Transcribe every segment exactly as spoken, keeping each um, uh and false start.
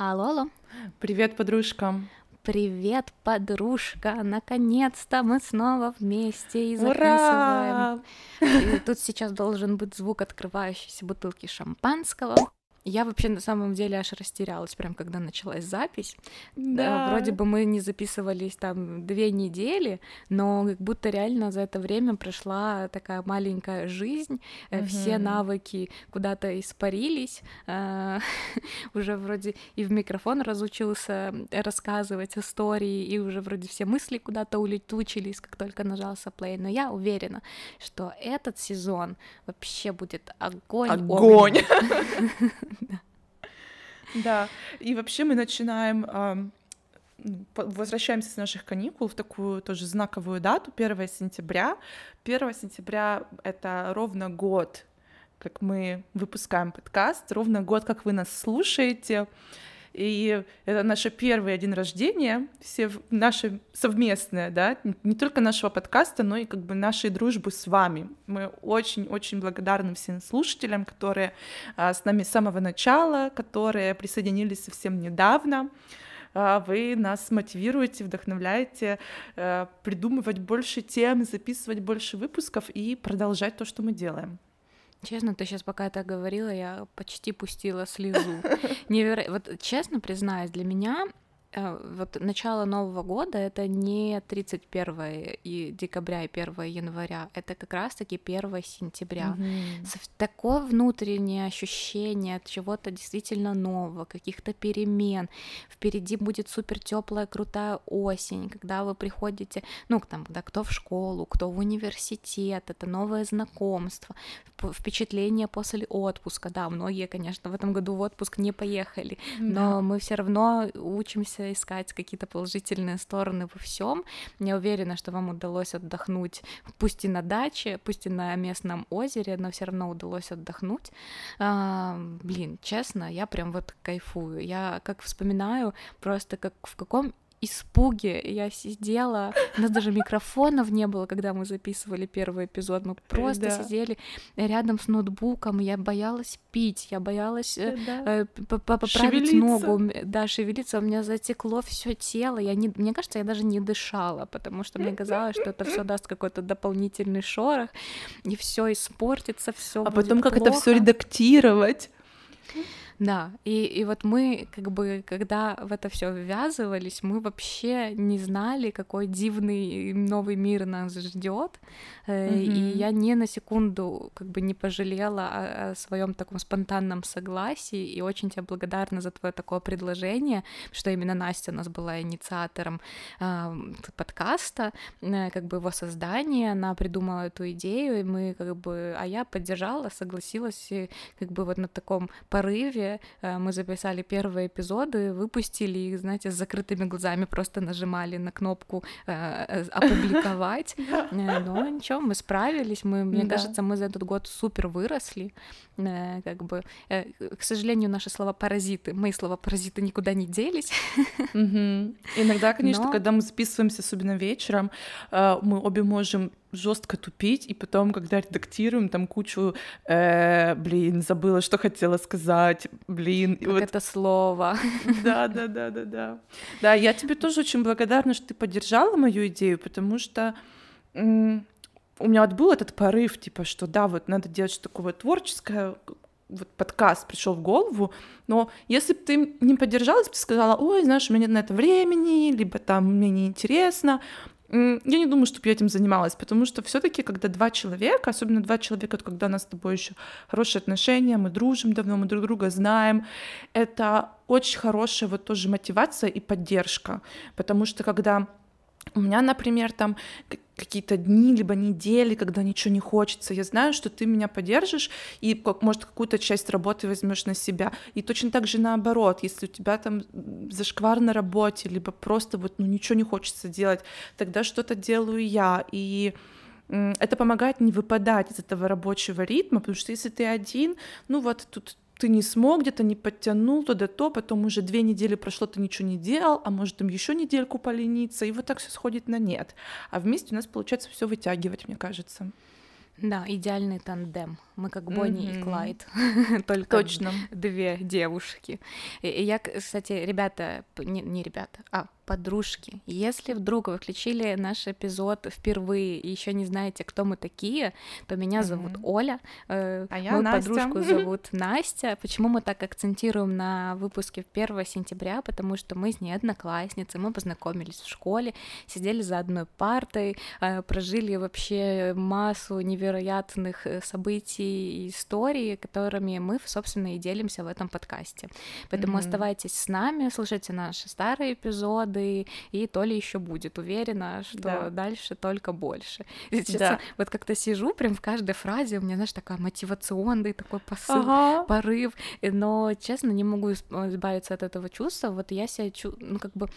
Алло, алло. Привет, подружка. Привет, подружка. Наконец-то мы снова вместе и записываем. Ура! И тут сейчас должен быть звук открывающейся бутылки шампанского. Я вообще на самом деле аж растерялась, прям когда началась запись. Да. Вроде бы мы не записывались там две недели, но как будто реально за это время прошла такая маленькая жизнь, mm-hmm. все навыки куда-то испарились, уже вроде и в микрофон разучился рассказывать истории, и уже вроде все мысли куда-то улетучились, как только нажался плей, но я уверена, что этот сезон вообще будет огонь. Огонь! Да, и вообще мы начинаем, возвращаемся с наших каникул в такую тоже знаковую дату, первое сентября. первое сентября — это ровно год, как мы выпускаем подкаст, ровно год, как вы нас слушаете. И это наше первый день рождения, все наши совместные, да, не только нашего подкаста, но и как бы нашей дружбы с вами. Мы очень-очень благодарны всем слушателям, которые а, с нами с самого начала, которые присоединились совсем недавно. А, вы нас мотивируете, вдохновляете а, придумывать больше тем, записывать больше выпусков и продолжать то, что мы делаем. Честно, ты сейчас пока так говорила, я почти пустила слезу. Неверо... Вот честно признаюсь, для меня вот начало Нового года — это не тридцать первого декабря и первого января, это как раз-таки первого сентября. Mm-hmm. Такое внутреннее ощущение от чего-то действительно нового, каких-то перемен. Впереди будет супер теплая, крутая осень, когда вы приходите, ну, там, да, кто в школу, кто в университет, это новое знакомство, впечатление после отпуска. Да, многие, конечно, в этом году в отпуск не поехали, mm-hmm. но мы все равно учимся искать какие-то положительные стороны во всем. Я уверена, что вам удалось отдохнуть, пусть и на даче, пусть и на местном озере, но все равно удалось отдохнуть. А, блин, честно, я прям вот кайфую. Я как вспоминаю, просто как в каком испуге я сидела, у нас даже микрофонов не было, когда мы записывали первый эпизод, мы просто да. сидели рядом с ноутбуком, я боялась пить, я боялась да. э, поправить шевелиться. Ногу, да, шевелиться, у меня затекло все тело, я не, мне кажется, я даже не дышала, потому что мне казалось, что это все даст какой-то дополнительный шорох, и все испортится, все. А будет потом как плохо. Это все редактировать. Да, и, и вот мы, как бы, когда в это все ввязывались, мы вообще не знали, какой дивный новый мир нас ждет, mm-hmm. и я ни на секунду, как бы, не пожалела о, о своем таком спонтанном согласии, и очень тебе благодарна за твое такое предложение, что именно Настя у нас была инициатором э, подкаста, э, как бы его создания, она придумала эту идею, и мы, как бы, а я поддержала, согласилась, и, как бы, вот на таком порыве мы записали первые эпизоды, выпустили их, знаете, с закрытыми глазами, просто нажимали на кнопку э, «Опубликовать». Но ничего, мы справились, мы, мне да. кажется, мы за этот год супер выросли. Как бы, к сожалению, наши слова «паразиты», мои слова «паразиты» никуда не делись. Угу. Иногда, конечно, Но... когда мы записываемся, особенно вечером, мы обе можем жестко тупить, и потом, когда редактируем, там кучу, э, блин, забыла, что хотела сказать, блин. Как вот... это слово. Да, да, да, да, да. Да, я тебе тоже очень благодарна, что ты поддержала мою идею, потому что м- у меня вот был этот порыв, типа, что да, вот надо делать что-то такое творческое, вот подкаст пришел в голову, но если бы ты не поддержала, если бы ты сказала: ой, знаешь, у меня нет на это времени, либо там мне неинтересно, я не думаю, чтобы я этим занималась, потому что все-таки, когда два человека, особенно два человека, когда у нас с тобой еще хорошие отношения, мы дружим давно, мы друг друга знаем, это очень хорошая вот тоже мотивация и поддержка, потому что когда у меня, например, там какие-то дни, либо недели, когда ничего не хочется, я знаю, что ты меня поддержишь и, как, может, какую-то часть работы возьмешь на себя. И точно так же наоборот, если у тебя там зашквар на работе, либо просто вот ну, ничего не хочется делать, тогда что-то делаю я. И это помогает не выпадать из этого рабочего ритма, потому что если ты один, ну вот тут ты не смог, где-то не подтянул туда-то, потом уже две недели прошло, ты ничего не делал, а может там еще недельку полениться, и вот так все сходит на нет. А вместе у нас получается все вытягивать, мне кажется. Да, идеальный тандем. Мы как Бонни и Мгм. Клайд, только Точно. две девушки. И и я, к- кстати, ребята, п- не, не ребята, а подружки, если вдруг вы включили наш эпизод впервые и еще не знаете, кто мы такие, то меня зовут Мгм. Оля, э, А я мою Настя. подружку зовут Настя. Почему мы так акцентируем на выпуске первого сентября? Потому что мы с ней одноклассницы, мы познакомились в школе, сидели за одной партой, э, прожили вообще массу невероятных э, событий и историй, которыми мы, собственно, и делимся в этом подкасте. Поэтому Мгм. оставайтесь с нами, слушайте наши старые эпизоды, и то ли еще будет. Уверена, что Да. дальше только больше. И, честно, Да. вот как-то сижу, прям в каждой фразе у меня, знаешь, такая мотивационный такой посыл, Ага. порыв, и- но, честно, не могу исп- избавиться от этого чувства. Вот я себя чувствую, ну, как бы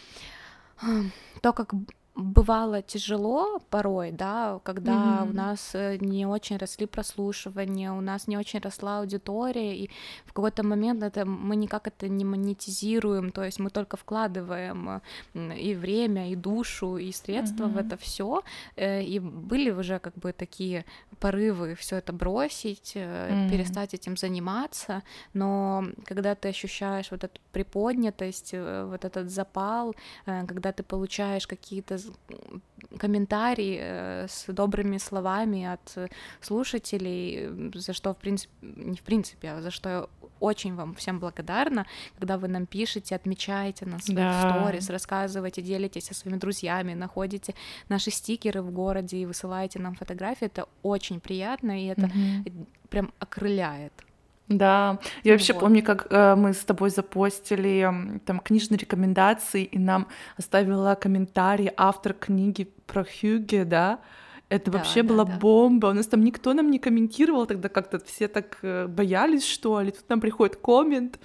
то, как б- бывало тяжело порой, да, когда у Мгм. нас э, не очень росли прослушивания, у нас не очень росла аудитория, и в какой-то момент это мы никак это не монетизируем, то есть мы только вкладываем э, м, и время, и душу, и средства в Мгм. это все, и были уже как бы такие порывы все это бросить, э, М. перестать этим заниматься, но когда ты ощущаешь вот эту приподнятость, э, вот этот запал, э, когда ты получаешь какие-то з- м, комментарии э, с добрыми словами от э, слушателей, м, за что, в принципе, не в принципе, а за что я очень вам всем благодарна, когда вы нам пишете, отмечаете нас в своих Да. сторис, рассказываете, делитесь со своими друзьями, находите наши стикеры в городе и высылаете нам фотографии, это очень приятно, и это Мгм. э, прям окрыляет. Да, я вообще Вот. помню, как э, мы с тобой запостили м, там книжные рекомендации, и нам оставила комментарий автор книги про Хьюге, да. Это Да, вообще да, была да. бомба. У нас там никто нам не комментировал, тогда как-то все так э, боялись, что ли. Тут нам приходит коммент,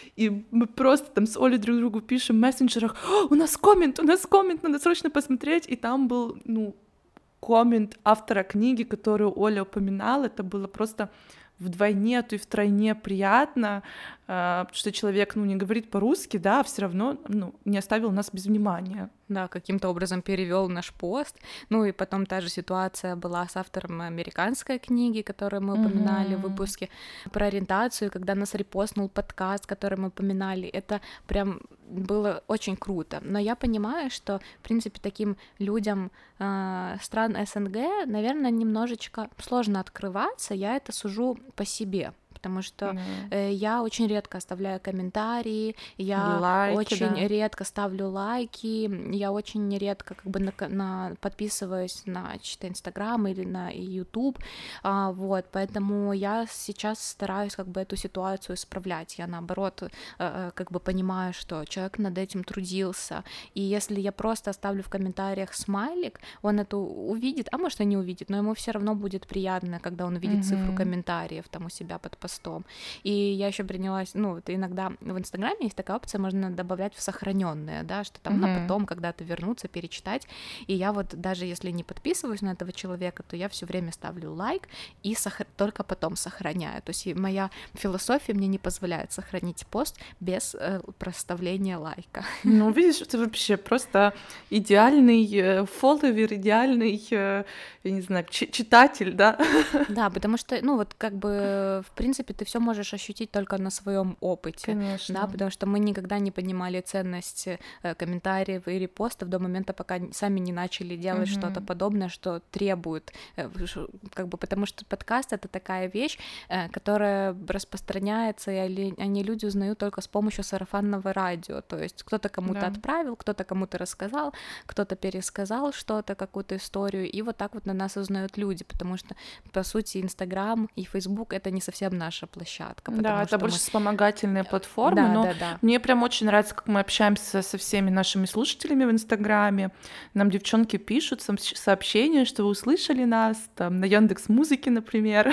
и мы просто там с Олей друг другу пишем в мессенджерах: «О, у нас коммент, у нас коммент, надо срочно посмотреть». И там был, ну, коммент автора книги, которую Оля упоминала. Это было просто вдвойне, а то и втройне приятно, а, потому что человек, ну, не говорит по-русски, да, а все равно, ну, не оставил нас без внимания. Да, каким-то образом перевел наш пост. Ну и потом та же ситуация была с автором американской книги, которую мы упоминали в Мгм. выпуске про ориентацию, когда нас репостнул подкаст, который мы упоминали. Это прям было очень круто. Но я понимаю, что, в принципе, таким людям э, стран СНГ, наверное, немножечко сложно открываться. Я это сужу по себе. Потому что Да. э, я очень редко оставляю комментарии, я Лайки, очень да. редко ставлю лайки, я очень редко как бы на, на, подписываюсь на чьи-то Инстаграм или на Ютуб, а, вот, поэтому я сейчас стараюсь как бы эту ситуацию исправлять, я наоборот э, э, как бы понимаю, что человек над этим трудился, и если я просто оставлю в комментариях смайлик, он это увидит, а может и не увидит, но ему все равно будет приятно, когда он увидит цифру Мгм. комментариев там у себя под постом. И я еще принялась, ну, вот иногда в Инстаграме есть такая опция, можно добавлять в сохраненные, да, что там на Мгм. потом когда-то вернуться, перечитать. И я вот даже если не подписываюсь на этого человека, то я все время ставлю лайк и сохр... только потом сохраняю. То есть и моя философия мне не позволяет сохранить пост без э, проставления лайка. Ну, видишь, ты вообще просто идеальный э, фолловер, идеальный, э, я не знаю, чи- читатель, да? Да, потому что, ну, вот как бы, в принципе, ты все можешь ощутить только на своем опыте, да, Конечно. потому что мы никогда не понимали ценность э, комментариев и репостов до момента, пока н- сами не начали делать что-то Мгм. подобное, что требует, э, в- ш- как бы, потому что подкаст — это такая вещь, э, которая распространяется, и али- они люди узнают только с помощью сарафанного радио, то есть кто-то кому-то Да. отправил, кто-то кому-то рассказал, кто-то пересказал что-то, какую-то историю, и вот так вот на нас узнают люди, потому что, по сути, Инстаграм и Фейсбук — это не совсем наша площадка, Да, потому это что больше мы... вспомогательные платформы, Да, но да, да. мне прям очень нравится, как мы общаемся со всеми нашими слушателями в Инстаграме. Нам девчонки пишут сообщ- сообщения, что вы услышали нас, там, на Яндекс Музыке, например,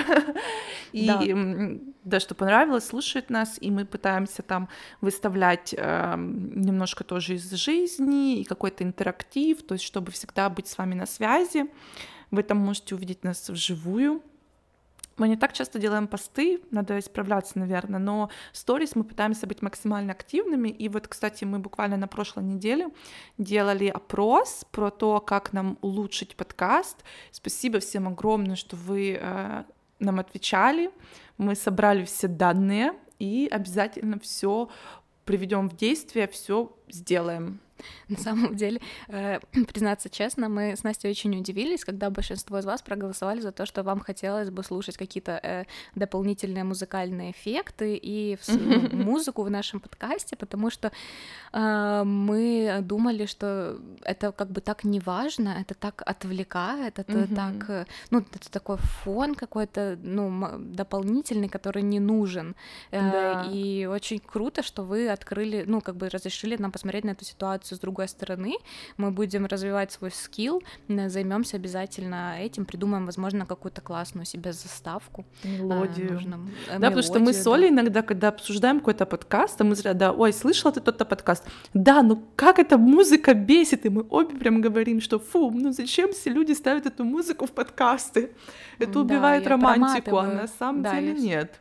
Да. и м, да, что понравилось, слушают нас, и мы пытаемся там выставлять эм, немножко тоже из жизни и какой-то интерактив, то есть чтобы всегда быть с вами на связи. Вы там можете увидеть нас вживую. Мы не так часто делаем посты, надо исправляться, наверное, но сторис мы пытаемся быть максимально активными. И вот, кстати, мы буквально на прошлой неделе делали опрос про то, как нам улучшить подкаст. Спасибо всем огромное, что вы э, нам отвечали. Мы собрали все данные и обязательно все приведем в действие, все сделаем. На самом деле, э, признаться честно, мы с Настей очень удивились, когда большинство из вас проголосовали за то, что вам хотелось бы слушать какие-то э, дополнительные музыкальные эффекты и в, ну, музыку в нашем подкасте, потому что э, мы думали, что это как бы так не важно, это так отвлекает, это mm-hmm. так, ну, это такой фон какой-то, ну, дополнительный, который не нужен. Э, да. И очень круто, что вы открыли, ну, как бы разрешили нам посмотреть на эту ситуацию с другой стороны. Мы будем развивать свой скилл, займемся обязательно этим, придумаем, возможно, какую-то классную себе заставку. Мелодию. А, нужно, да, мелодию, потому что мы с Олей да. иногда, когда обсуждаем какой-то подкаст, а мы зря, да, ой, слышала ты тот-то подкаст? Да, ну как эта музыка бесит, и мы обе прям говорим, что фу, ну зачем все люди ставят эту музыку в подкасты? Это убивает да, романтику, а на самом да, деле я... нет.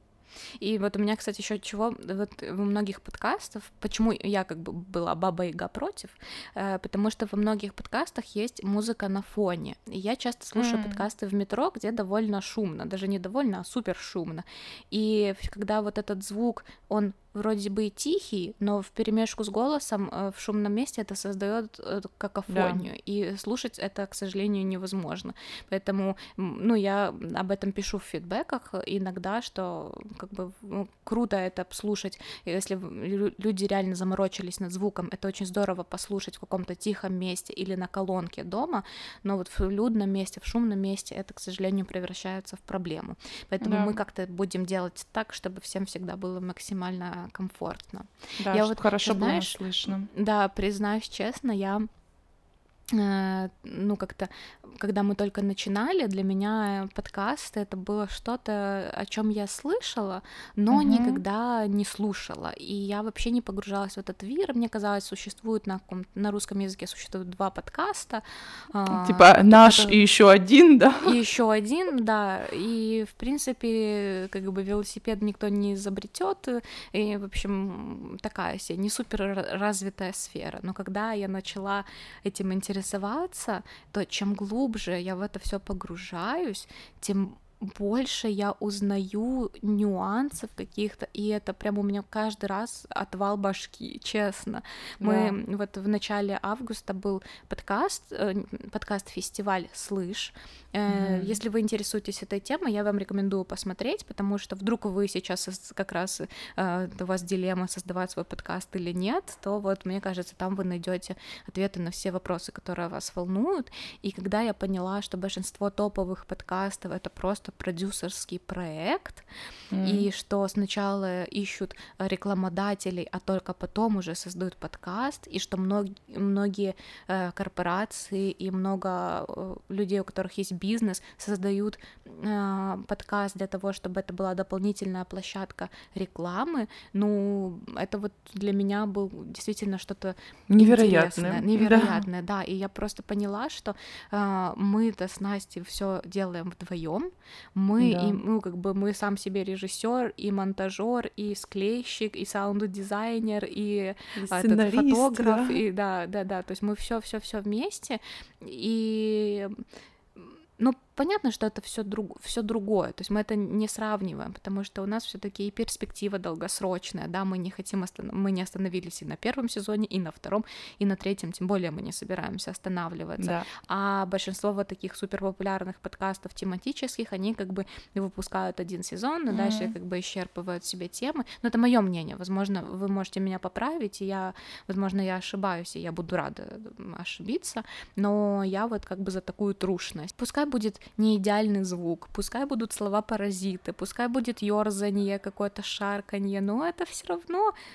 И вот у меня, кстати, еще чего, вот во многих подкастах, почему я как бы была Баба-Яга против, э, потому что во многих подкастах есть музыка на фоне. И я часто слушаю mm. подкасты в метро, где довольно шумно, даже не довольно, а супер шумно. И когда вот этот звук, он вроде бы и тихий, но вперемешку с голосом э, в шумном месте это создает э, какофонию, да. И слушать это, к сожалению, невозможно. Поэтому, ну, я об этом пишу в фидбэках иногда, что как бы ну, круто это слушать, если люди реально заморочились над звуком, это очень здорово послушать в каком-то тихом месте или на колонке дома, но вот в людном месте, в шумном месте это, к сожалению, превращается в проблему. Поэтому да. мы как-то будем делать так, чтобы всем всегда было максимально комфортно. Да, я вот хорошо было слышно. Да, признаюсь честно, я э, ну как-то, когда мы только начинали, для меня подкасты это было что-то, о чем я слышала, но угу. никогда не слушала, и я вообще не погружалась в этот мир. Мне казалось, существует на на русском языке существует два подкаста, типа наш это... и еще один, да, и еще один, да, и в принципе как бы велосипед никто не изобретет, и в общем такая себе не супер развитая сфера. Но когда я начала этим интересоваться, то чем глубже я в это все погружаюсь, тем больше я узнаю нюансов каких-то, и это прям у меня каждый раз отвал башки, честно. Мы да. вот в начале августа был подкаст, подкаст-фестиваль «Слышь». Mm-hmm. Если вы интересуетесь этой темой, я вам рекомендую посмотреть, потому что вдруг вы сейчас как раз у вас дилемма создавать свой подкаст или нет, то вот мне кажется, там вы найдете ответы на все вопросы, которые вас волнуют. И когда я поняла, что большинство топовых подкастов это просто продюсерский проект, mm. и что сначала ищут рекламодателей, а только потом уже создают подкаст, и что многие, многие э, корпорации и много э, людей, у которых есть бизнес, создают э, подкаст для того, чтобы это была дополнительная площадка рекламы, ну, это вот для меня был действительно что-то невероятное, невероятное, да. да, и я просто поняла, что э, мы-то с Настей все делаем вдвоем. Мы, да. и, ну, как бы мы сам себе режиссер, и монтажер, и склейщик, и саунд-дизайнер, и, и этот, фотограф, да. и да, да, да, то есть мы все, все, все вместе, и ну, понятно, что это все друг, все другое, то есть мы это не сравниваем, потому что у нас все-таки и перспектива долгосрочная, да, мы не хотим, останов... мы не остановились и на первом сезоне, и на втором, и на третьем, тем более мы не собираемся останавливаться, да. а большинство вот таких суперпопулярных подкастов тематических, они как бы выпускают один сезон, но mm-hmm. дальше как бы исчерпывают себе темы, но это мое мнение, возможно, вы можете меня поправить, и я, возможно, я ошибаюсь, и я буду рада ошибиться, но я вот как бы за такую трушность. Пускай будет не идеальный звук, пускай будут слова-паразиты, пускай будет ёрзанье, какое-то шарканье, но это все равно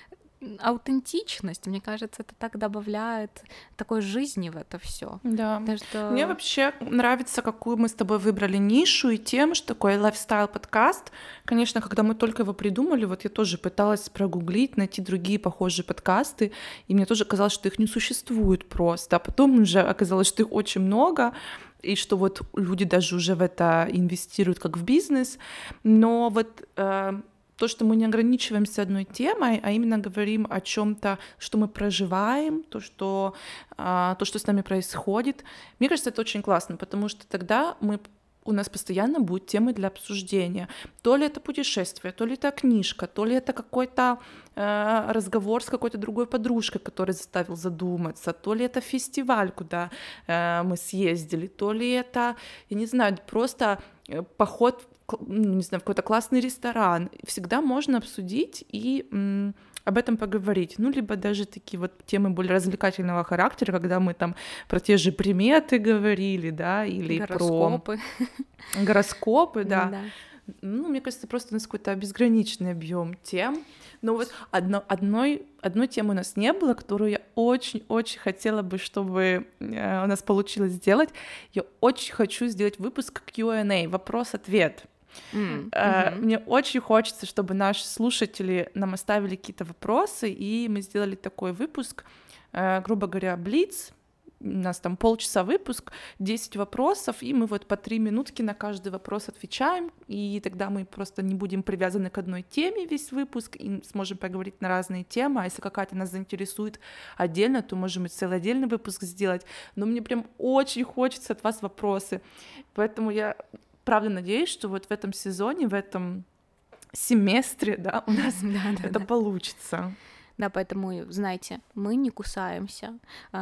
аутентичность. Мне кажется, это так добавляет такой жизни в это все. Да. Что... Мне вообще нравится, какую мы с тобой выбрали нишу и тему, что такое лайфстайл-подкаст. Конечно, когда мы только его придумали, вот я тоже пыталась прогуглить, найти другие похожие подкасты, и мне тоже казалось, что их не существует просто. А потом уже оказалось, что их очень много, и что вот люди даже уже в это инвестируют как в бизнес. Но вот э, то, что мы не ограничиваемся одной темой, а именно говорим о чем-то, что мы проживаем, то, что, э, то, что с нами происходит, мне кажется, это очень классно, потому что тогда мы у нас постоянно будут темы для обсуждения. То ли это путешествие, то ли это книжка, то ли это какой-то э, разговор с какой-то другой подружкой, который заставил задуматься, то ли это фестиваль, куда э, мы съездили, то ли это, я не знаю, просто поход, ну, не знаю, в какой-то классный ресторан. Всегда можно обсудить и м- об этом поговорить. Ну, либо даже такие вот темы более развлекательного характера, когда мы там про те же приметы говорили, да, или гороскопы. про гороскопы, да. Да. Ну, мне кажется, просто у нас какой-то безграничный объем тем. Но вот одно, одной, одной темы у нас не было, которую я очень-очень хотела бы, чтобы э, у нас получилось сделать. Я очень хочу сделать выпуск кью энд эй, вопрос-ответ. Mm, uh, mm-hmm. Мне очень хочется, чтобы наши слушатели нам оставили какие-то вопросы, и мы сделали такой выпуск, uh, грубо говоря, блиц. У нас там полчаса выпуск, десять вопросов, и мы вот по три минутки на каждый вопрос отвечаем, и тогда мы просто не будем привязаны к одной теме весь выпуск, и сможем поговорить на разные темы, а если какая-то нас заинтересует отдельно, то можем и целый отдельный выпуск сделать. Но мне прям очень хочется от вас вопросы, поэтому я правда надеюсь, что вот в этом сезоне, в этом семестре, да, у нас это получится. Да, поэтому, знаете, мы не кусаемся.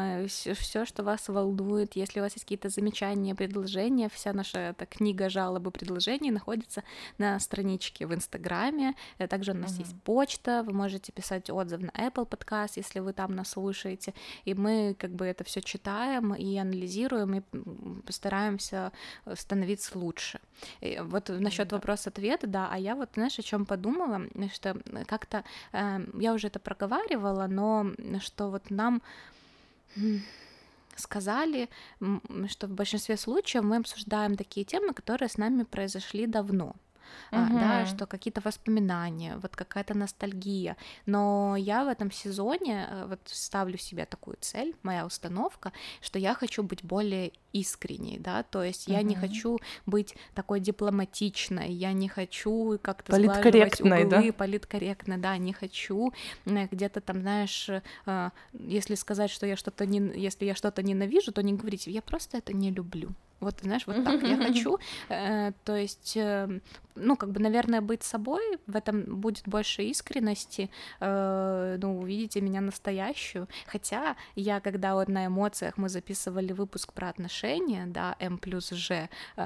Все, что вас волнует, если у вас есть какие-то замечания, предложения, вся наша эта книга жалобы, предложений находится на страничке в Инстаграме. Также у нас uh-huh. есть почта, вы можете писать отзыв на Apple Podcast, если вы там нас слушаете, и мы как бы это все читаем и анализируем, и постараемся становиться лучше. И вот насчет uh-huh. вопроса-ответа, да, а я вот, знаешь, о чем подумала, что как-то э, я уже это проговаривала, но что вот нам сказали, что в большинстве случаев мы обсуждаем такие темы, которые с нами произошли давно. Uh-huh. Да, что какие-то воспоминания, вот какая-то ностальгия. Но я в этом сезоне вот ставлю себе такую цель, моя установка, что я хочу быть более искренней, да, то есть uh-huh. я не хочу быть такой дипломатичной, я не хочу как-то сглаживать углы, да? политкорректной, да, не хочу где-то там, знаешь, если сказать, что я что-то не, если я что-то ненавижу, то не говорить, я просто это не люблю. Вот, знаешь, вот так я хочу, э, то есть, э, ну, как бы, наверное, быть собой, в этом будет больше искренности, э, ну, увидите меня настоящую, хотя я, когда вот на эмоциях мы записывали выпуск про отношения, да, М плюс Ж,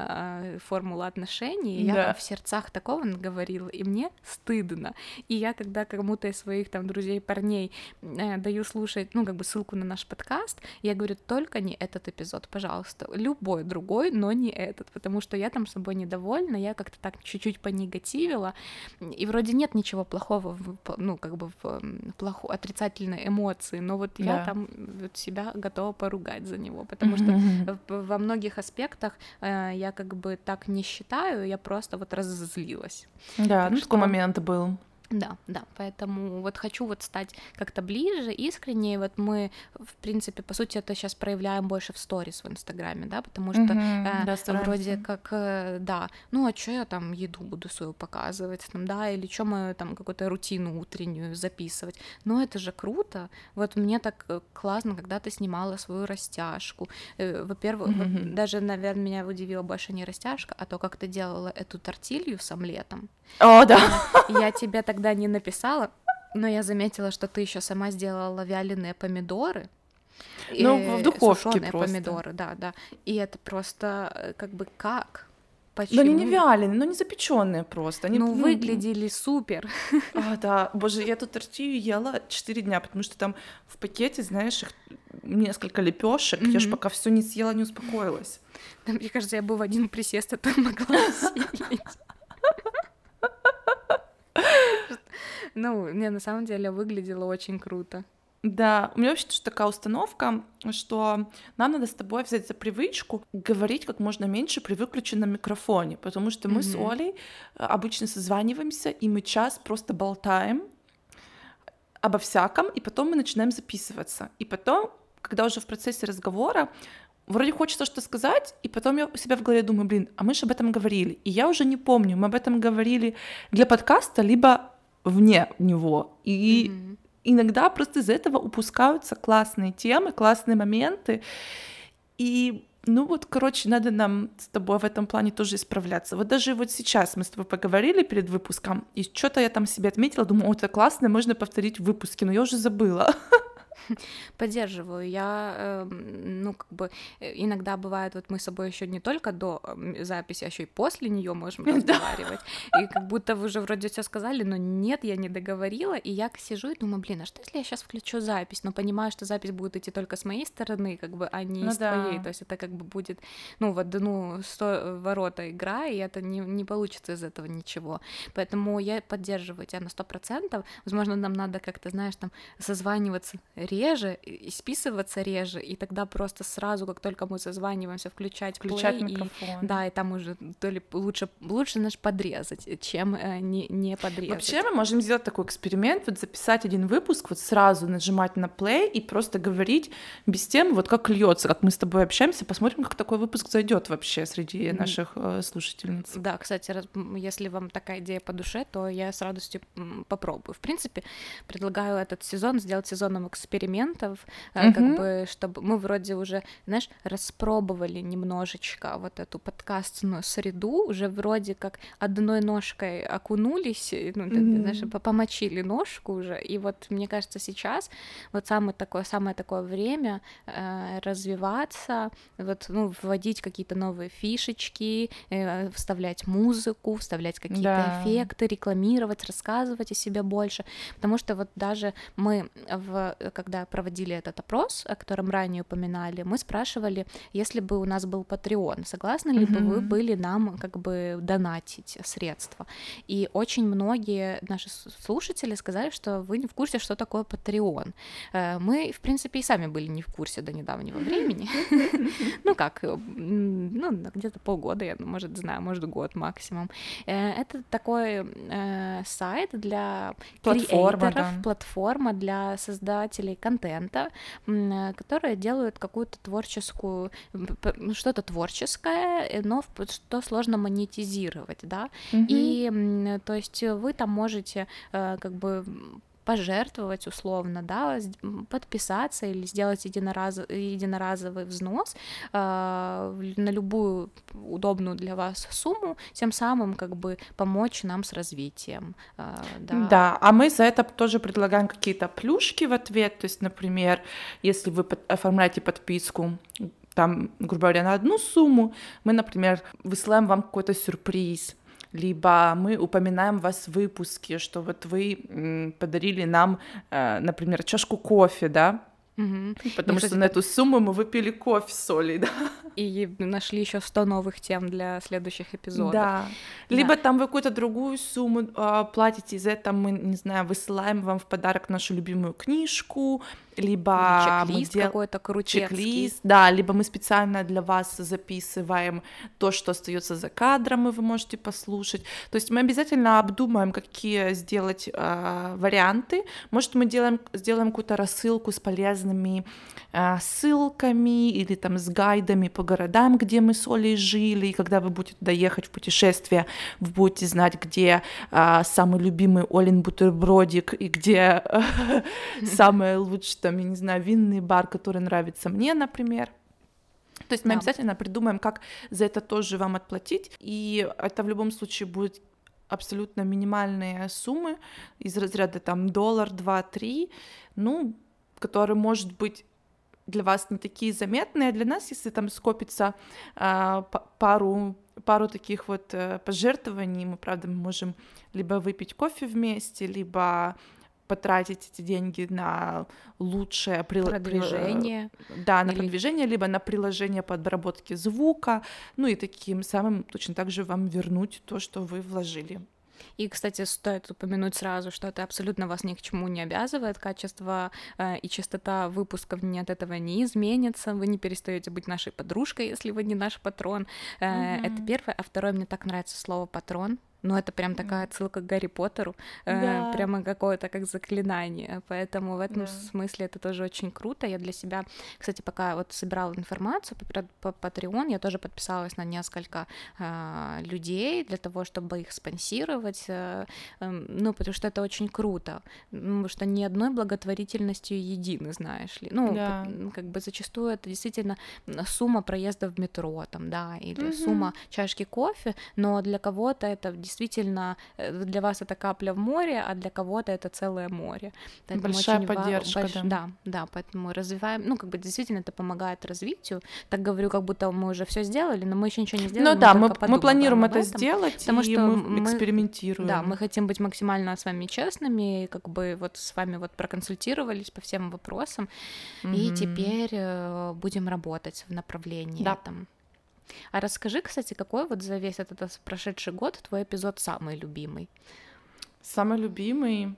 э, формула отношений, я да. там в сердцах такого наговорила, и мне стыдно, и я, когда кому-то из своих там друзей, парней э, даю слушать, ну, как бы, ссылку на наш подкаст, я говорю, только не этот эпизод, пожалуйста, любой другой, но не этот, потому что я там собой недовольна, я как-то так чуть-чуть понегативила, и вроде нет ничего плохого, в, ну, как бы в плохо, отрицательной эмоции, но вот да. я там вот себя готова поругать за него, потому mm-hmm. что во многих аспектах э, я как бы так не считаю, я просто вот разозлилась. Да, так ну что... такой момент был. Да, да, поэтому вот хочу вот стать как-то ближе, искреннее, вот мы, в принципе, по сути, это сейчас проявляем больше в сторис в Инстаграме, да, потому что mm-hmm, э, да, вроде как, э, да, ну, а что я там еду буду свою показывать, там, да, или что мы там какую-то рутину утреннюю записывать, ну, это же круто, вот мне так классно, когда ты снимала свою растяжку, э, во-первых, mm-hmm. вот, даже, наверное, меня удивила больше не растяжка, а то, как ты делала эту тортилью с омлетом. О, oh, да. Я тебе тогда не написала, но я заметила, что ты еще сама сделала вяленые помидоры. Ну, в духовке просто. Помидоры, да, да. И это просто как бы как? Почему? Да они не вяленые, но не запеченные просто. Они, ну, ну, выглядели супер. А, да, боже, я тут тортилью ела четыре дня, потому что там в пакете, знаешь, их несколько лепешек. Mm-hmm. Я же пока все не съела, не успокоилась. Да, мне кажется, я бы в один присест это могла съесть. Ну, мне на самом деле выглядело очень круто. Да, у меня вообще тоже такая установка, что нам надо с тобой взять за привычку говорить как можно меньше при выключенном микрофоне, потому что мы с Мгм. Олей э, обычно созваниваемся, и мы час просто болтаем обо всяком, и потом мы начинаем записываться. И потом, когда уже в процессе разговора, вроде хочется что сказать, и потом я у себя в голове думаю, блин, а мы же об этом говорили. И я уже не помню, мы об этом говорили для подкаста, либо вне него. И Мгм. иногда просто из этого упускаются классные темы, классные моменты. И, ну вот, короче, надо нам с тобой в этом плане тоже исправляться. Вот даже вот сейчас мы с тобой поговорили перед выпуском, и что-то я там себе отметила, думаю, о, это классно, можно повторить в выпуске, но я уже забыла. Поддерживаю. Я, эм, ну, как бы, э, иногда бывает, вот мы с собой еще не только до м, записи, а еще и после нее можем разговаривать. И как будто вы уже вроде все сказали, но нет, я не договорила. И я сижу и думаю, блин, а что если я сейчас включу запись, но понимаю, что запись будет идти только с моей стороны, как бы, а не Ну с твоей. да. То есть это как бы будет, ну, в одну сто ворота игра, и это не, не получится из этого ничего. Поэтому я поддерживаю тебя на сто процентов. Возможно, нам надо как-то, знаешь, там созваниваться реже и списываться реже, и тогда просто сразу, как только мы созваниваемся, включать Включать плей, и микрофон. да, и там уже то ли лучше, лучше наш подрезать, чем э, не, не подрезать. Вообще мы можем сделать такой эксперимент, вот записать один выпуск, вот сразу нажимать на плей и просто говорить без темы, вот как льется, как мы с тобой общаемся, посмотрим, как такой выпуск зайдет вообще среди М. наших э, слушательниц. Да, кстати, раз- м, если вам такая идея по душе, то я с радостью м, попробую. В принципе, предлагаю этот сезон сделать сезоном экспериментов, э, как Мгм. бы, чтобы мы вроде уже, знаешь, распробовали немножечко вот эту подкастную среду, уже вроде как одной ножкой окунулись, и, ну, ты- ты знаешь, Мгм. по- помочили ножку уже, и вот мне кажется, сейчас вот самое такое, самое такое время э, развиваться, вот, ну, вводить какие-то новые фишечки, э, вставлять музыку, вставлять какие-то Да. эффекты, рекламировать, рассказывать о себе больше, потому что вот даже мы, в, когда проводили этот опрос, о котором ранее упоминали, мы спрашивали, если бы у нас был Patreon, согласны ли бы вы Мгм. были нам как бы донатить средства? И очень многие наши с- слушатели сказали, что вы не в курсе, что такое Patreon. Э, Мы, в принципе, и сами были не в курсе до недавнего времени. Ну как, э, м, ну где-то полгода, я, ну, может, знаю, может, год максимум. Э, Это такой э, сайт для Платформа, креаторов, да. платформа для создателей контента, м, э, которые делают какую-то творческую, м, п- ну, что-то творческое, э, но в- что сложно монетизировать, да, Мгм. и, м, то есть вы там можете э, как бы м, пожертвовать условно, да, с- м, подписаться или сделать единоразо- единоразовый взнос а, в- на любую удобную для вас сумму, тем самым как бы помочь нам с развитием, а, да. Да, а мы за это тоже предлагаем какие-то плюшки в ответ. То есть, например, если вы под- оформляете подписку, там, грубо говоря, на одну сумму, мы, например, высылаем вам какой-то сюрприз, либо мы упоминаем вас в выпуске, что вот вы м, подарили нам, э, например, чашку кофе, да, Мгм. Мне, потому что кстати, на так эту сумму мы выпили кофе с Олей, да. и нашли еще сто новых тем для следующих эпизодов. Да. Да. Либо там вы какую-то другую сумму а, платите, и за это мы, не знаю, высылаем вам в подарок нашу любимую книжку, либо Или мы чек-лист дел- какой-то крутецкий. чек-лист, да, либо мы специально для вас записываем то, что остается за кадром, и вы можете послушать. То есть мы обязательно обдумаем, какие сделать а, варианты. Может, мы делаем, сделаем какую-то рассылку с полезными а, ссылками или там с гайдами по городам, где мы с Олей жили, и когда вы будете туда ехать в путешествие, вы будете знать, где а, самый любимый Олин бутербродик и где самый лучший, там, я не знаю, винный бар, который нравится мне, например. То есть мы Да. обязательно придумаем, как за это тоже вам отплатить, и это в любом случае будет абсолютно минимальные суммы из разряда там доллар, два, три, ну, которые, может быть, для вас не такие заметные, а для нас, если там скопится а, п- пару пару таких вот э, пожертвований, мы, правда, мы можем либо выпить кофе вместе, либо потратить эти деньги на лучшее прил- прил- Продвижение. да, на или- продвижение, либо на приложение по обработке звука, ну и таким самым точно так же вам вернуть то, что вы вложили. И, кстати, стоит упомянуть сразу, что это абсолютно вас ни к чему не обязывает. Качество э, и частота выпусков не от этого не изменится. Вы не перестаете быть нашей подружкой, если вы не наш патрон. Э, mm-hmm. Это первое. А второе, мне так нравится слово «патрон». Ну, это прям такая отсылка к Гарри Поттеру, да. э, прямо какое-то как заклинание, поэтому в этом да. смысле это тоже очень круто. Я для себя, кстати, пока вот собирала информацию по, по Patreon, я тоже подписалась на несколько э, людей для того, чтобы их спонсировать, э, э, ну, потому что это очень круто, потому что ни одной благотворительностью едины, знаешь ли. Ну, да. как бы зачастую это действительно сумма проезда в метро, там, да, или угу. сумма чашки кофе, но для кого-то это действительно Действительно, для вас это капля в море, а для кого-то это целое море. Поэтому большая очень поддержка, больш... да. Да, да, поэтому развиваем, ну, как бы действительно это помогает развитию. Так говорю, как будто мы уже все сделали, но мы еще ничего не сделали. Ну да, мы, мы планируем это сделать, потому и что мы экспериментируем. Да, мы хотим быть максимально с вами честными, и как бы вот с вами вот проконсультировались по всем вопросам, mm-hmm. и теперь э, будем работать в направлении да. этом. А расскажи, кстати, какой вот за весь этот прошедший год твой эпизод самый любимый? Самый любимый?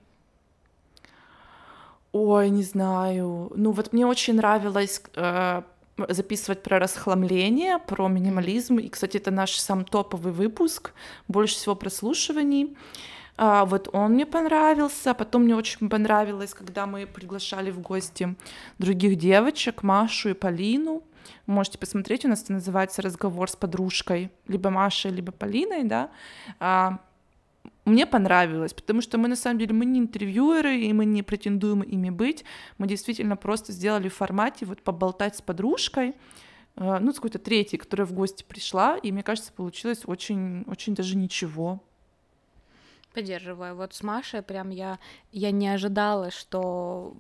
Ой, не знаю. Ну вот мне очень нравилось э, записывать про расхламление, про минимализм. И, кстати, это наш сам топовый выпуск, больше всего прослушиваний. А, вот он мне понравился. Потом мне очень понравилось, когда мы приглашали в гости других девочек, Машу и Полину. Можете посмотреть, у нас это называется «Разговор с подружкой», либо Машей, либо Полиной, да. А, мне понравилось, потому что мы, на самом деле, мы не интервьюеры, и мы не претендуем ими быть, мы действительно просто сделали в формате вот поболтать с подружкой, ну, с какой-то третьей, которая в гости пришла, и, мне кажется, получилось очень, очень даже ничего. Поддерживаю. Вот с Машей прям я, я не ожидала, что...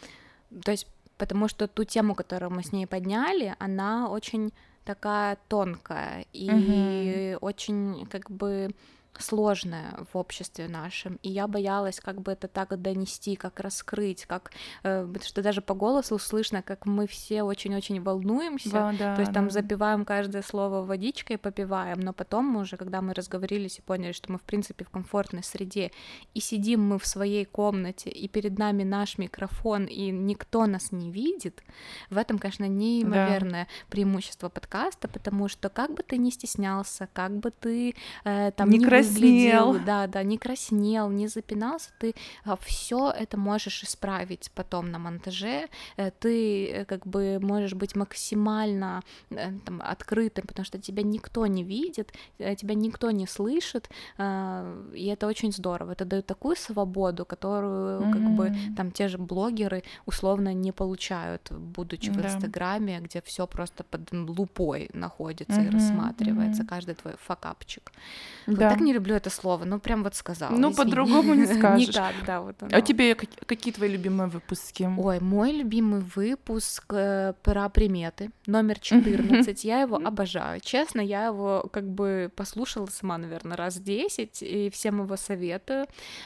То есть потому что ту тему, которую мы с ней подняли, она очень такая тонкая и uh-huh. очень как бы сложная в обществе нашем, и я боялась как бы это так донести, как раскрыть, как, э, потому что даже по голосу слышно, как мы все очень-очень волнуемся, да, да, то есть там да. запиваем каждое слово водичкой, попиваем, но потом мы уже, когда мы разговорились и поняли, что мы в принципе в комфортной среде, и сидим мы в своей комнате, и перед нами наш микрофон, и никто нас не видит, в этом, конечно, неимоверное да. преимущество подкаста, потому что как бы ты ни стеснялся, как бы ты э, там не, не краснел, да, да, не краснел, не запинался, ты все это можешь исправить потом на монтаже, ты как бы можешь быть максимально там, открытым, потому что тебя никто не видит, тебя никто не слышит, и это очень здорово, это дает такую свободу, которую mm-hmm. как бы там те же блогеры условно не получают, будучи в Инстаграме, где все просто под лупой находится mm-hmm. и рассматривается, mm-hmm. каждый твой факапчик. Да. Вот так не люблю это слово, ну прям вот сказала. Ну, извини. По-другому не скажешь. Никак, да, вот оно. А тебе какие твои любимые выпуски? Ой, мой любимый выпуск э, про приметы, номер четырнадцать, я его обожаю. Честно, я его как бы послушала сама, наверное, раз десять, и всем его советую.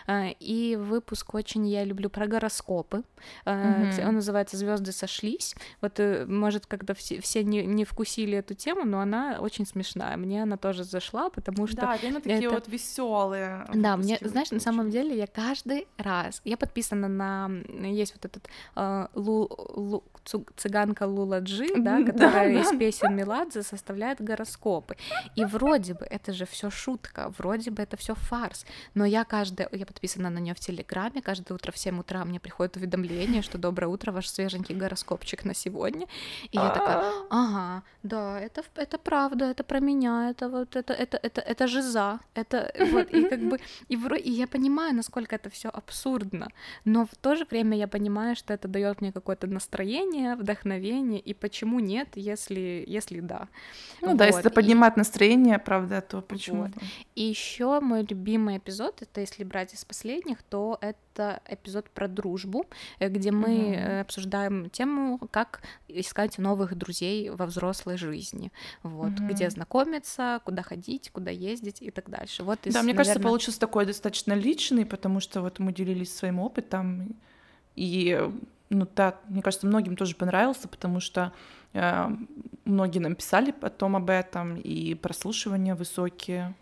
И выпуск очень я люблю про гороскопы. Mm-hmm. Он называется «Звезды сошлись». Вот, может, когда все, все не, не вкусили эту тему, но она очень смешная. Мне она тоже зашла, потому что... Да, реально такие это... вот веселые. Да, мне, знаешь, на самом деле я каждый раз... Я подписана на... Есть вот этот э, Лу... Лу... цыганка Лула Джи, да, которая из песен Меладзе составляет гороскопы. И вроде бы это же все шутка, вроде бы это все фарс, но я каждое... Я подписана на нее в Телеграме, каждое утро в семь утра мне приходит уведомление, что «Доброе утро, ваш свеженький гороскопчик на сегодня». И я такая, ага, да, это, это правда, это про меня, это вот, это, это, это, это жиза, это вот, и как бы, и, вроде, и я понимаю, насколько это все абсурдно, но в то же время я понимаю, что это дает мне какое-то настроение, вдохновение, и почему нет, если, если да. Ну вот. Да, если это поднимает и... настроение, правда, то почему? Вот. И еще мой любимый эпизод, это если брать из последних, то это эпизод про дружбу, где мы mm-hmm. обсуждаем тему, как искать новых друзей во взрослой жизни, вот, mm-hmm. где знакомиться, куда ходить, куда ездить и так дальше. Вот из, да, мне наверное... кажется, получился такой достаточно личный, потому что вот мы делились своим опытом, и, ну, да, мне кажется, многим тоже понравился, потому что э, многие нам писали потом об этом, и прослушивания высокие.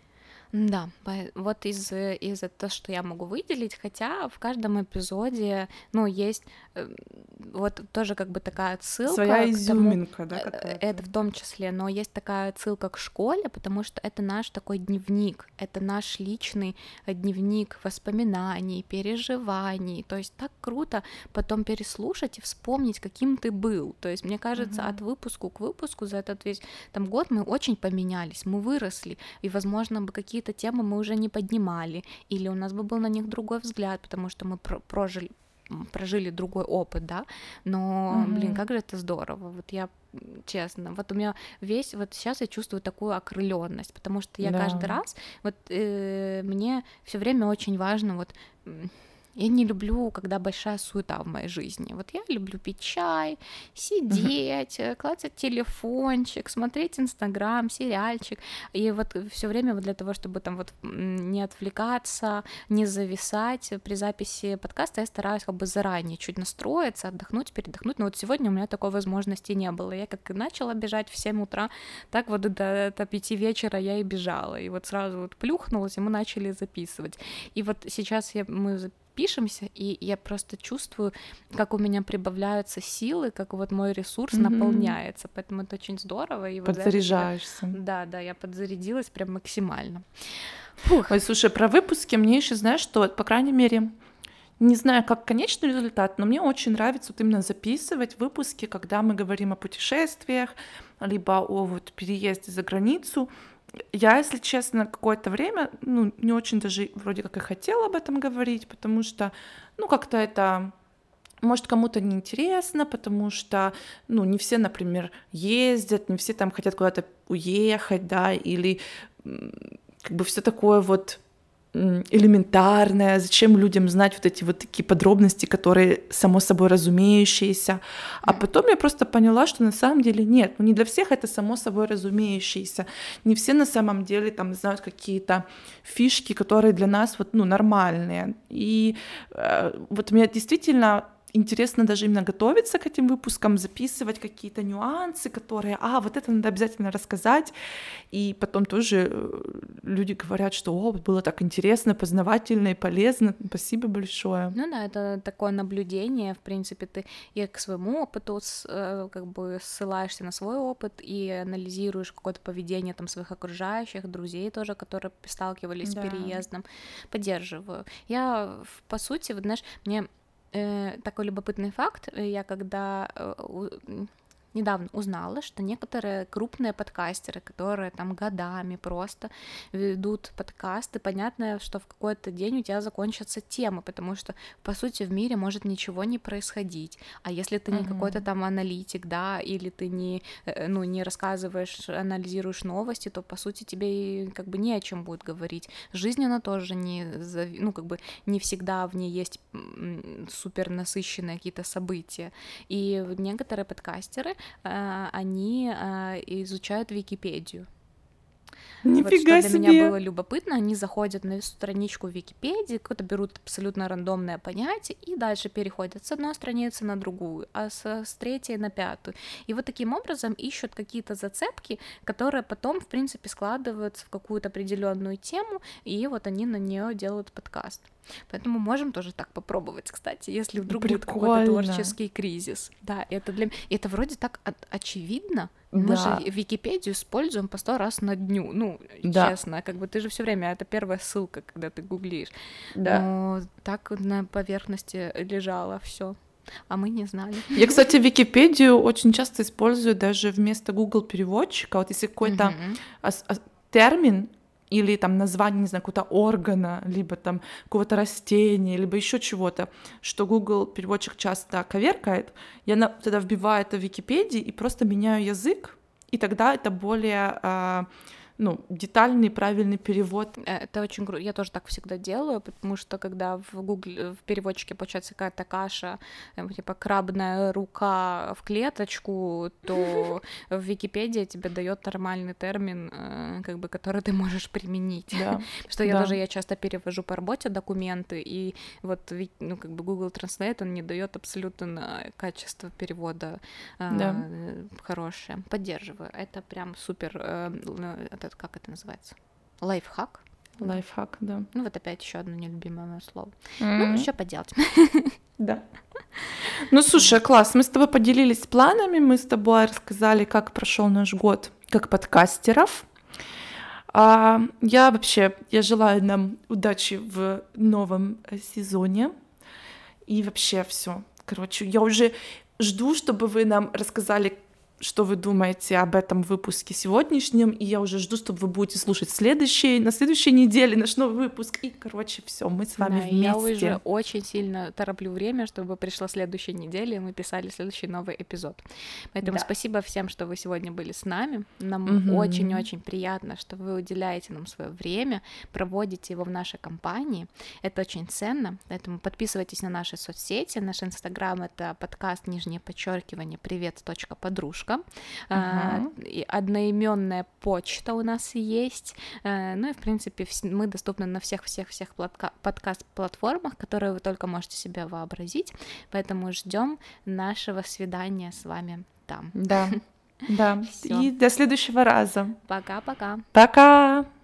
Да, пое вот из из-за то, что я могу выделить, хотя в каждом эпизоде, ну, есть, эм, вот тоже как бы такая Своя отсылка к тому, изюминка, да, э, какая-то? это в том числе, но есть такая отсылка к школе, потому что это наш такой дневник, это наш личный, э, дневник воспоминаний, переживаний. То есть так круто потом переслушать и вспомнить, каким ты был. То есть, мне кажется, от Мгм. выпуску к выпуску за этот весь там год мы очень поменялись, мы выросли, и, возможно, бы какие-то темы мы уже не поднимали, или у нас бы был на них другой взгляд, потому что мы про- прожили м, прожили другой опыт, да, но, блин, Мгм. как же это здорово, вот я, м, честно, вот у меня весь, вот сейчас я чувствую такую окрыленность, потому что я Да. каждый раз, вот э, мне все время очень важно, вот, м, я не люблю, когда большая суета в моей жизни. Вот я люблю пить чай, Мгм. сидеть, э, клацать телефончик, смотреть Инстаграм, сериальчик. И вот все время вот для того, чтобы там вот м, не отвлекаться, не зависать при записи подкаста, я стараюсь как бы заранее чуть настроиться, отдохнуть, передохнуть. Но вот сегодня у меня такой возможности не было. Я как и начала бежать в семь утра, так вот до, до пяти вечера я и бежала. И вот сразу вот плюхнулась, и мы начали записывать. И вот сейчас я, мы пишемся, и я просто чувствую, как у меня прибавляются силы, как вот мой ресурс Мгм. наполняется, поэтому это очень здорово, и вот за это тебя, Подзаряжаешься. да, да, я подзарядилась прям максимально. Фух. Ой, слушай, про выпуски мне еще, знаешь, что, вот, по крайней мере, не знаю, как конечный результат, но мне очень нравится вот именно записывать выпуски, когда мы говорим о путешествиях, либо о вот переезде за границу. Я, если честно, какое-то время, ну, не очень даже вроде как и хотела об этом говорить, потому что, ну, как-то это может кому-то неинтересно, потому что, ну, не все, например, ездят, не все там хотят куда-то уехать, да, или м, как бы все такое вот м, элементарное, зачем людям знать вот эти вот такие подробности, которые само собой разумеющиеся. А потом я просто поняла, что на самом деле нет, ну не для всех это само собой разумеющееся. Не все на самом деле там знают какие-то фишки, которые для нас вот, ну, нормальные. И э, вот мне действительно интересно даже именно готовиться к этим выпускам, записывать какие-то нюансы, которые, а, вот это надо обязательно рассказать, и потом тоже э, люди говорят, что о, было так интересно, познавательно и полезно. Спасибо большое. Ну да, это такое наблюдение, в принципе, ты и к своему опыту с- э, как бы ссылаешься на свой опыт и анализируешь какое-то поведение там своих окружающих, друзей тоже, которые сталкивались с Да. переездом, поддерживаю. Я, в- по сути, вот знаешь, мне э, такой любопытный факт, э, я когда э, у- м, недавно узнала, что некоторые крупные подкастеры, которые там годами просто ведут подкасты, понятно, что в какой-то день у тебя закончатся темы, потому что, по сути, в мире может ничего не происходить. А если ты не какой-то Мгм. там аналитик, да, или ты не, э, ну, не рассказываешь, анализируешь новости, то, по сути, тебе и как бы не о чем будет говорить. Жизнь, она тоже не, зави- ну, как бы не всегда в ней есть м, супер насыщенные какие-то события. И некоторые подкастеры, э, они э, изучают Википедию. Вот что Нифига для меня себе! было любопытно, они заходят на страничку Википедии, какое-то берут абсолютно рандомное понятие и дальше переходят с одной страницы на другую, а с, с третьей на пятую. И вот таким образом ищут какие-то зацепки, которые потом, в принципе, складываются в какую-то определенную тему, и вот они на нее делают подкаст. Поэтому можем тоже так попробовать, кстати, если вдруг будет какой-то Прикольно. творческий кризис. Да, это для меня... Это вроде так о- очевидно. Мы же Да, Ви- Википедию используем по сто раз на дню. Ну, да, честно, как бы ты же все время, это первая ссылка, когда ты гуглишь. да. Но так на поверхности лежало все, а мы не знали. Я, кстати, Википедию очень часто использую даже вместо Google переводчика. Вот если какой-то Мгм. ос- ос- термин или там название, не знаю, какого-то органа, либо там какого-то растения, либо еще чего-то, что Google переводчик часто коверкает, я на- тогда вбиваю это в Википедии и просто меняю язык, и тогда это более а, ну, детальный, правильный перевод. Э, Это очень круто. Я тоже так всегда делаю, потому что когда в Google в переводчике получается какая-то каша, э, типа крабная рука в клеточку, то в Википедии тебе дает нормальный термин, э, как бы, который ты можешь применить. Да, Что я да, тоже я часто перевожу по работе документы, и вот ви- ну, как бы Google Translate, он не дает абсолютно качество перевода да. э, хорошее. Поддерживаю. Это прям супер, э, л- этот, как это называется? Лайфхак. Лайфхак, да. Ну вот опять еще одно нелюбимое мое слово. Mm. Ну, что поделать. Да. Ну, слушай, класс, мы с тобой поделились планами, мы с тобой рассказали, как прошел наш год как подкастеров. А, я вообще, я желаю нам удачи в новом сезоне. И вообще все. Короче, я уже жду, чтобы вы нам рассказали, что вы думаете об этом выпуске сегодняшнем, и я уже жду, чтобы вы будете слушать следующий, на следующей неделе наш новый выпуск, и, короче, все, мы с вами Да, вместе. Я уже очень сильно тороплю время, чтобы пришла следующая неделя, и мы писали следующий новый эпизод. Поэтому Да. спасибо всем, что вы сегодня были с нами. Нам Мгм. очень-очень приятно, что вы уделяете нам свое время, проводите его в нашей компании. Это очень ценно, поэтому подписывайтесь на наши соцсети. Наш инстаграм — это подкаст, нижнее подчеркивание, привет, точка, подружка. А, Ага. и одноименная почта у нас есть. А, ну и, в принципе, вс- мы доступны на всех-всех-всех платка- подкаст-платформах, которые вы только можете себе вообразить. Поэтому ждем нашего свидания с вами там. Да, да. Всё. И до следующего раза. Пока-пока. Пока!